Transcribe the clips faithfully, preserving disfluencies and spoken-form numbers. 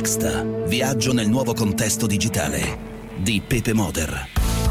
Next. Viaggio nel nuovo contesto digitale di Pepe Moder.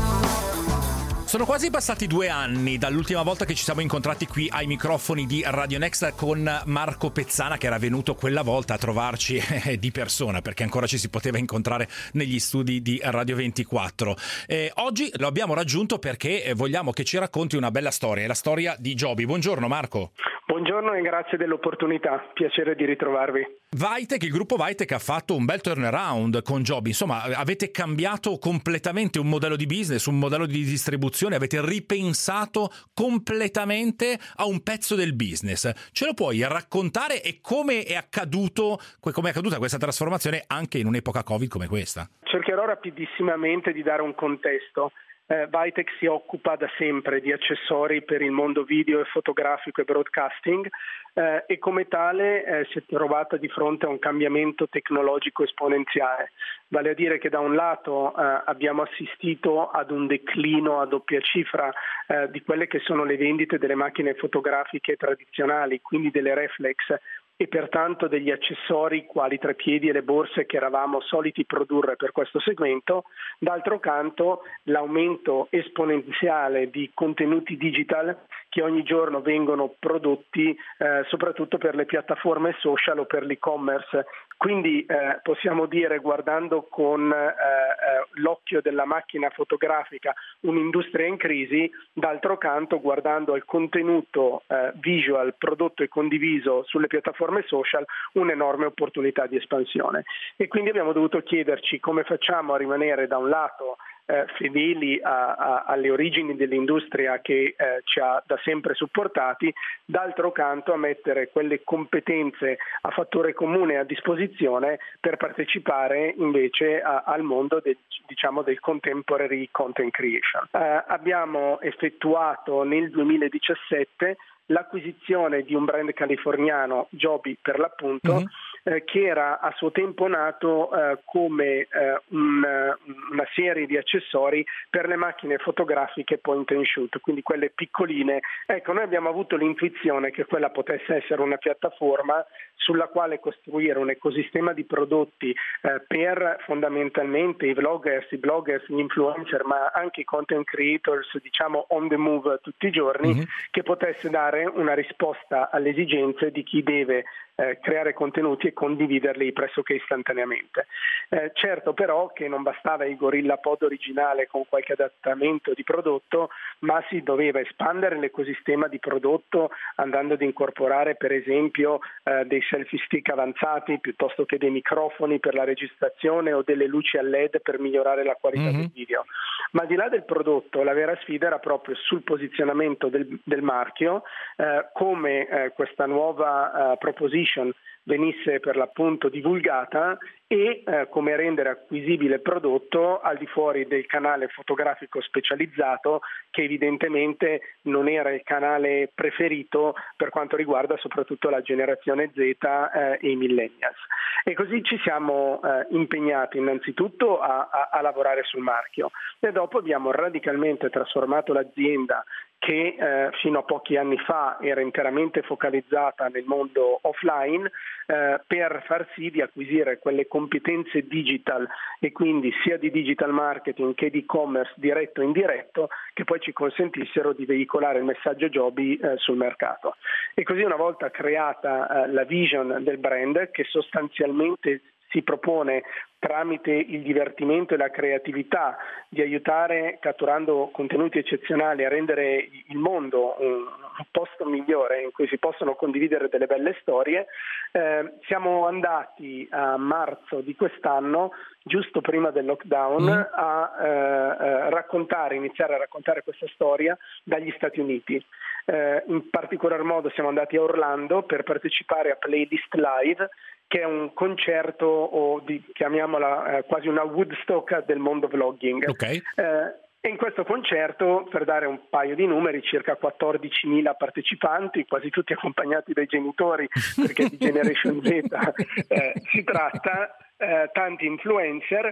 Sono quasi passati due anni dall'ultima volta che ci siamo incontrati qui ai microfoni di Radio Next con Marco Pezzana, che era venuto quella volta a trovarci di persona, perché ancora ci si poteva incontrare negli studi di Radio ventiquattro. E oggi lo abbiamo raggiunto perché vogliamo che ci racconti una bella storia, la storia di Joby. Buongiorno Marco. Buongiorno e grazie dell'opportunità, piacere di ritrovarvi. Vitec, il gruppo Vitec ha fatto un bel turnaround con Joby, insomma avete cambiato completamente un modello di business, un modello di distribuzione, avete ripensato completamente a un pezzo del business. Ce lo puoi raccontare e come è accaduto, come è accaduta questa trasformazione anche in un'epoca Covid come questa? Cercherò rapidissimamente di dare un contesto. Eh, Vitec si occupa da sempre di accessori per il mondo video e fotografico e broadcasting eh, e come tale eh, si è trovata di fronte a un cambiamento tecnologico esponenziale, vale a dire che da un lato eh, abbiamo assistito ad un declino a doppia cifra eh, di quelle che sono le vendite delle macchine fotografiche tradizionali, quindi delle reflex, e pertanto degli accessori quali treppiedi e le borse che eravamo soliti produrre per questo segmento. D'altro canto l'aumento esponenziale di contenuti digital che ogni giorno vengono prodotti eh, soprattutto per le piattaforme social o per l'e-commerce. Quindi eh, possiamo dire, guardando con eh, eh, l'occhio della macchina fotografica, un'industria in crisi, d'altro canto guardando al contenuto eh, visual prodotto e condiviso sulle piattaforme social, un'enorme opportunità di espansione. E quindi abbiamo dovuto chiederci come facciamo a rimanere da un lato Eh, fedeli a, a, alle origini dell'industria che eh, ci ha da sempre supportati, d'altro canto a mettere quelle competenze a fattore comune a disposizione per partecipare invece a, al mondo del, diciamo, del contemporary content creation. Eh, abbiamo effettuato nel duemiladiciassette l'acquisizione di un brand californiano, Joby per l'appunto, mm-hmm. eh, che era a suo tempo nato eh, come eh, un, una serie di accessori per le macchine fotografiche point and shoot, quindi quelle piccoline. Ecco, noi abbiamo avuto l'intuizione che quella potesse essere una piattaforma sulla quale costruire un ecosistema di prodotti eh, per fondamentalmente i vloggers, i bloggers, gli influencer, ma anche i content creators, diciamo on the move tutti i giorni, mm-hmm. che potesse dare una risposta alle esigenze di chi deve eh, creare contenuti e condividerli pressoché istantaneamente. Eh, certo però che non bastava il Gorilla Pod originale con qualche adattamento di prodotto, ma si doveva espandere l'ecosistema di prodotto andando ad incorporare per esempio eh, dei selfie stick avanzati piuttosto che dei microfoni per la registrazione o delle luci a L E D per migliorare la qualità mm-hmm. del video. Ma al di là del prodotto, la vera sfida era proprio sul posizionamento del, del marchio, eh, come eh, questa nuova uh, proposition venisse per l'appunto divulgata e eh, come rendere acquisibile il prodotto al di fuori del canale fotografico specializzato, che evidentemente non era il canale preferito per quanto riguarda soprattutto la generazione Z eh, e i millennials. E così ci siamo eh, impegnati innanzitutto a, a, a lavorare sul marchio e dopo abbiamo radicalmente trasformato l'azienda che eh, fino a pochi anni fa era interamente focalizzata nel mondo offline eh, per far sì di acquisire quelle competenze digital e quindi sia di digital marketing che di e-commerce diretto e indiretto che poi ci consentissero di veicolare il messaggio Joby eh, sul mercato. E così una volta creata eh, la vision del brand, che sostanzialmente si propone tramite il divertimento e la creatività di aiutare, catturando contenuti eccezionali, a rendere il mondo un posto migliore in cui si possono condividere delle belle storie, eh, siamo andati a marzo di quest'anno, giusto prima del lockdown, mm. a eh, raccontare, iniziare a raccontare questa storia dagli Stati Uniti. Eh, in particolar modo siamo andati a Orlando per partecipare a Playlist Live, che è un concerto o di, chiamiamola eh, quasi una Woodstock del mondo vlogging. Okay. Eh, e in questo concerto, per dare un paio di numeri, circa quattordicimila partecipanti, quasi tutti accompagnati dai genitori, perché di Generation Z eh, si tratta, eh, tanti influencer,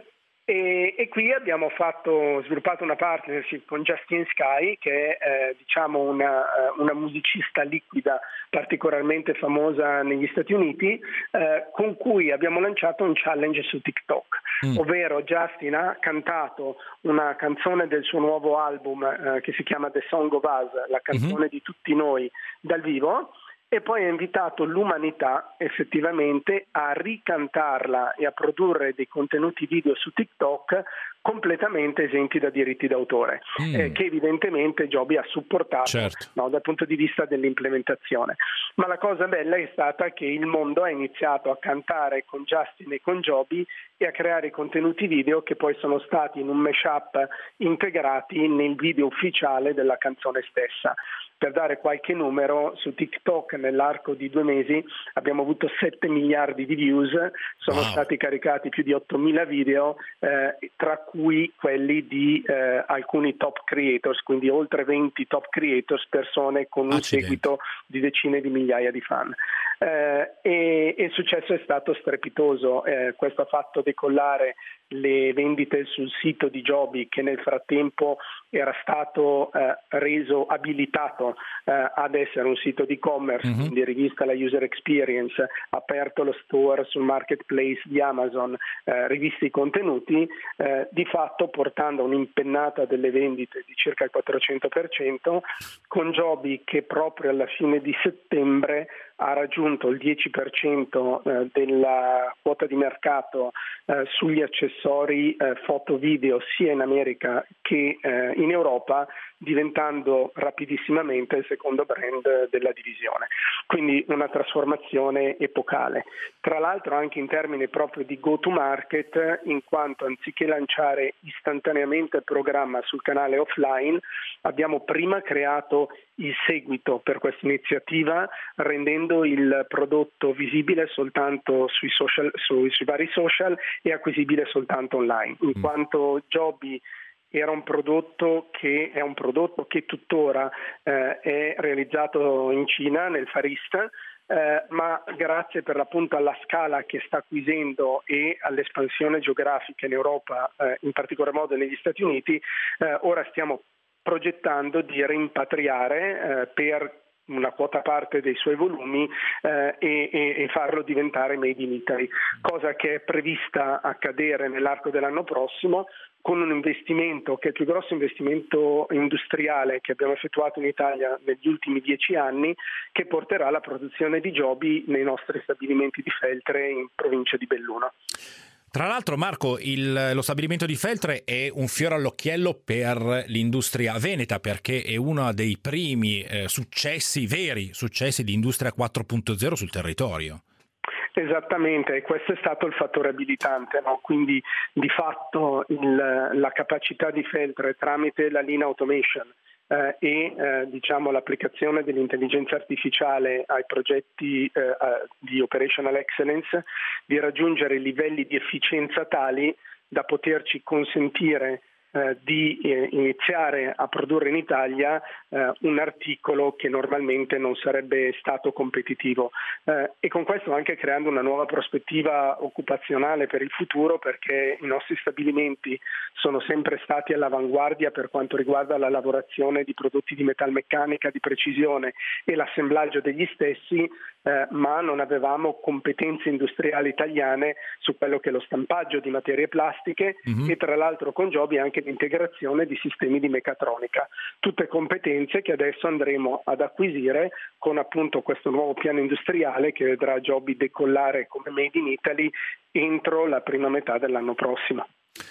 E, e qui abbiamo fatto, sviluppato una partnership con Justin Sky, che è eh, diciamo una, una musicista liquida particolarmente famosa negli Stati Uniti, eh, con cui abbiamo lanciato un challenge su TikTok, mm. ovvero Justin ha cantato una canzone del suo nuovo album eh, che si chiama The Song of Us, la canzone mm-hmm. di tutti noi dal vivo, e poi ha invitato l'umanità effettivamente a ricantarla e a produrre dei contenuti video su TikTok completamente esenti da diritti d'autore, mm. eh, che evidentemente Joby ha supportato, certo. no, dal punto di vista dell'implementazione. Ma la cosa bella è stata che il mondo ha iniziato a cantare con Justin e con Joby e a creare contenuti video che poi sono stati in un mashup integrati nel video ufficiale della canzone stessa. Per dare qualche numero, su TikTok nell'arco di due mesi abbiamo avuto sette miliardi di views, sono wow. stati caricati più di ottomila video, eh, tra cui quelli di eh, alcuni top creators, quindi oltre venti top creators, persone con un Accidenti. seguito di decine di migliaia di fan. Eh, e, e il successo è stato strepitoso, eh, questo ha fatto decollare le vendite sul sito di Joby, che nel frattempo era stato eh, reso abilitato eh, ad essere un sito di e-commerce, mm-hmm. quindi rivista la user experience, aperto lo store sul marketplace di Amazon, eh, rivisti i contenuti, eh, di fatto portando un'impennata delle vendite di circa il quattrocento per cento, con Joby che proprio alla fine di settembre ha raggiunto il dieci per cento eh, della quota di mercato eh, sugli accessori eh, foto video sia in America che eh, in Europa, diventando rapidissimamente il secondo brand della divisione. Quindi una trasformazione epocale. Tra l'altro anche in termini proprio di go to market, in quanto anziché lanciare istantaneamente il programma sul canale offline, abbiamo prima creato il seguito per questa iniziativa, rendendo il prodotto visibile soltanto sui social, sui, sui vari social e acquisibile soltanto online, in mm. quanto Joby era un prodotto che è un prodotto che tuttora eh, è realizzato in Cina, nel Far East, eh, ma grazie per l'appunto alla scala che sta acquisendo e all'espansione geografica in Europa, eh, in particolar modo negli Stati Uniti, eh, ora stiamo progettando di rimpatriare eh, per una quota parte dei suoi volumi eh, e, e farlo diventare made in Italy, cosa che è prevista accadere nell'arco dell'anno prossimo, con un investimento che è il più grosso investimento industriale che abbiamo effettuato in Italia negli ultimi dieci anni, che porterà alla produzione di Joby nei nostri stabilimenti di Feltre in provincia di Belluno. Tra l'altro, Marco, il, lo stabilimento di Feltre è un fiore all'occhiello per l'industria veneta, perché è uno dei primi eh, successi, veri successi di Industria quattro punto zero sul territorio. Esattamente, e questo è stato il fattore abilitante, no? Quindi di fatto il, la capacità di Feltre tramite la Lean Automation eh, e eh, diciamo l'applicazione dell'intelligenza artificiale ai progetti eh, di Operational Excellence, di raggiungere livelli di efficienza tali da poterci consentire Eh, di eh, iniziare a produrre in Italia eh, un articolo che normalmente non sarebbe stato competitivo eh, e con questo anche creando una nuova prospettiva occupazionale per il futuro, perché i nostri stabilimenti sono sempre stati all'avanguardia per quanto riguarda la lavorazione di prodotti di metalmeccanica di precisione e l'assemblaggio degli stessi, eh, ma non avevamo competenze industriali italiane su quello che è lo stampaggio di materie plastiche mm-hmm. e tra l'altro con Joby anche l'integrazione di sistemi di meccatronica, tutte competenze che adesso andremo ad acquisire con appunto questo nuovo piano industriale che vedrà Joby decollare come Made in Italy entro la prima metà dell'anno prossimo.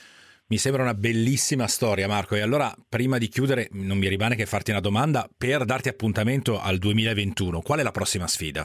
Mi sembra una bellissima storia, Marco, e allora prima di chiudere non mi rimane che farti una domanda per darti appuntamento al duemilaventuno. Qual è la prossima sfida?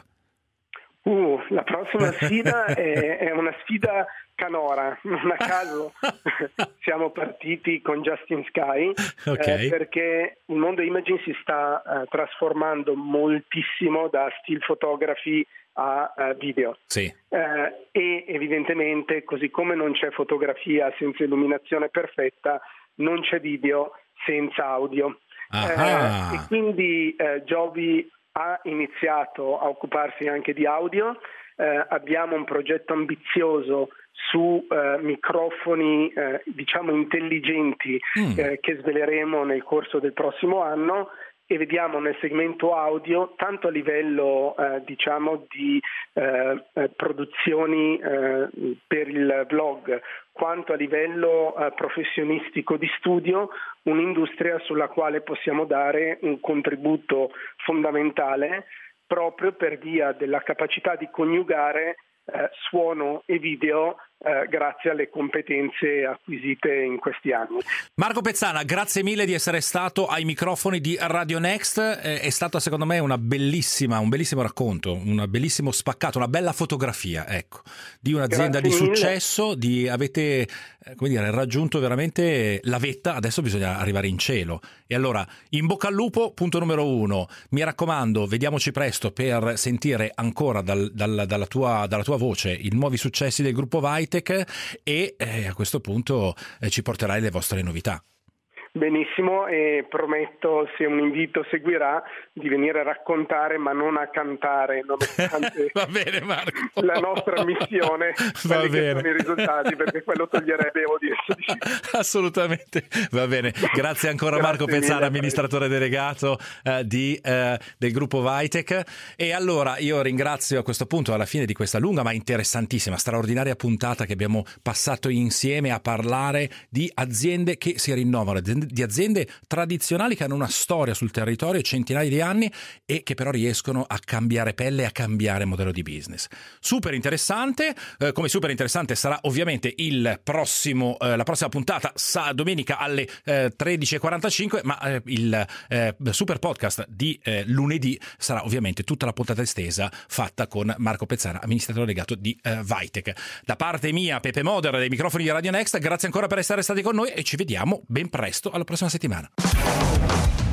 Uh, la prossima sfida è, è una sfida canora, non a caso siamo partiti con Justin Sky okay. eh, perché il mondo imaging si sta eh, trasformando moltissimo da still photography a uh, video sì. eh, e evidentemente così come non c'è fotografia senza illuminazione perfetta, non c'è video senza audio eh, e quindi eh, Joby ha iniziato a occuparsi anche di audio. Eh, abbiamo un progetto ambizioso su eh, microfoni eh, diciamo intelligenti mm. eh, che sveleremo nel corso del prossimo anno, e vediamo nel segmento audio, tanto a livello eh, diciamo di eh, eh, produzioni eh, per il blog quanto a livello eh, professionistico di studio, un'industria sulla quale possiamo dare un contributo fondamentale proprio per via della capacità di coniugare eh, suono e video eh, grazie alle competenze acquisite in questi anni. Marco Pezzana, grazie mille di essere stato ai microfoni di Radio Next. Eh, è stato secondo me una bellissima, un bellissimo racconto, un bellissimo spaccato, una bella fotografia, ecco, di un'azienda Grazie di mille. successo, di avete eh, come dire, raggiunto veramente la vetta, adesso bisogna arrivare in cielo. E allora, in bocca al lupo, punto numero uno. Mi raccomando, vediamoci presto per sentire ancora dal, dal, dalla, tua, dalla tua voce i nuovi successi del gruppo Vitec, e eh, a questo punto eh, ci porterai le vostre novità. Benissimo, e prometto, se un invito seguirà, di venire a raccontare ma non a cantare, nonostante Va bene, Marco. la nostra missione, Va quelli bene. che sono i risultati, perché quello toglierebbe audience. Assolutamente, va bene. Grazie ancora. Grazie Marco Pezzana, mille, amministratore delegato eh, di, eh, del gruppo Vitec. E allora io ringrazio a questo punto, alla fine di questa lunga ma interessantissima, straordinaria puntata che abbiamo passato insieme a parlare di aziende che si rinnovano, di aziende tradizionali che hanno una storia sul territorio, centinaia di anni, e che però riescono a cambiare pelle e a cambiare modello di business. Super interessante, eh, come super interessante sarà ovviamente il prossimo, eh, la prossima puntata, sa, domenica alle eh, tredici e quarantacinque, ma eh, il eh, super podcast di eh, lunedì sarà ovviamente tutta la puntata estesa fatta con Marco Pezzana, amministratore delegato di eh, Vitec. Da parte mia, Pepe Moder, dei microfoni di Radio Next, grazie ancora per essere stati con noi e ci vediamo ben presto alla prossima settimana.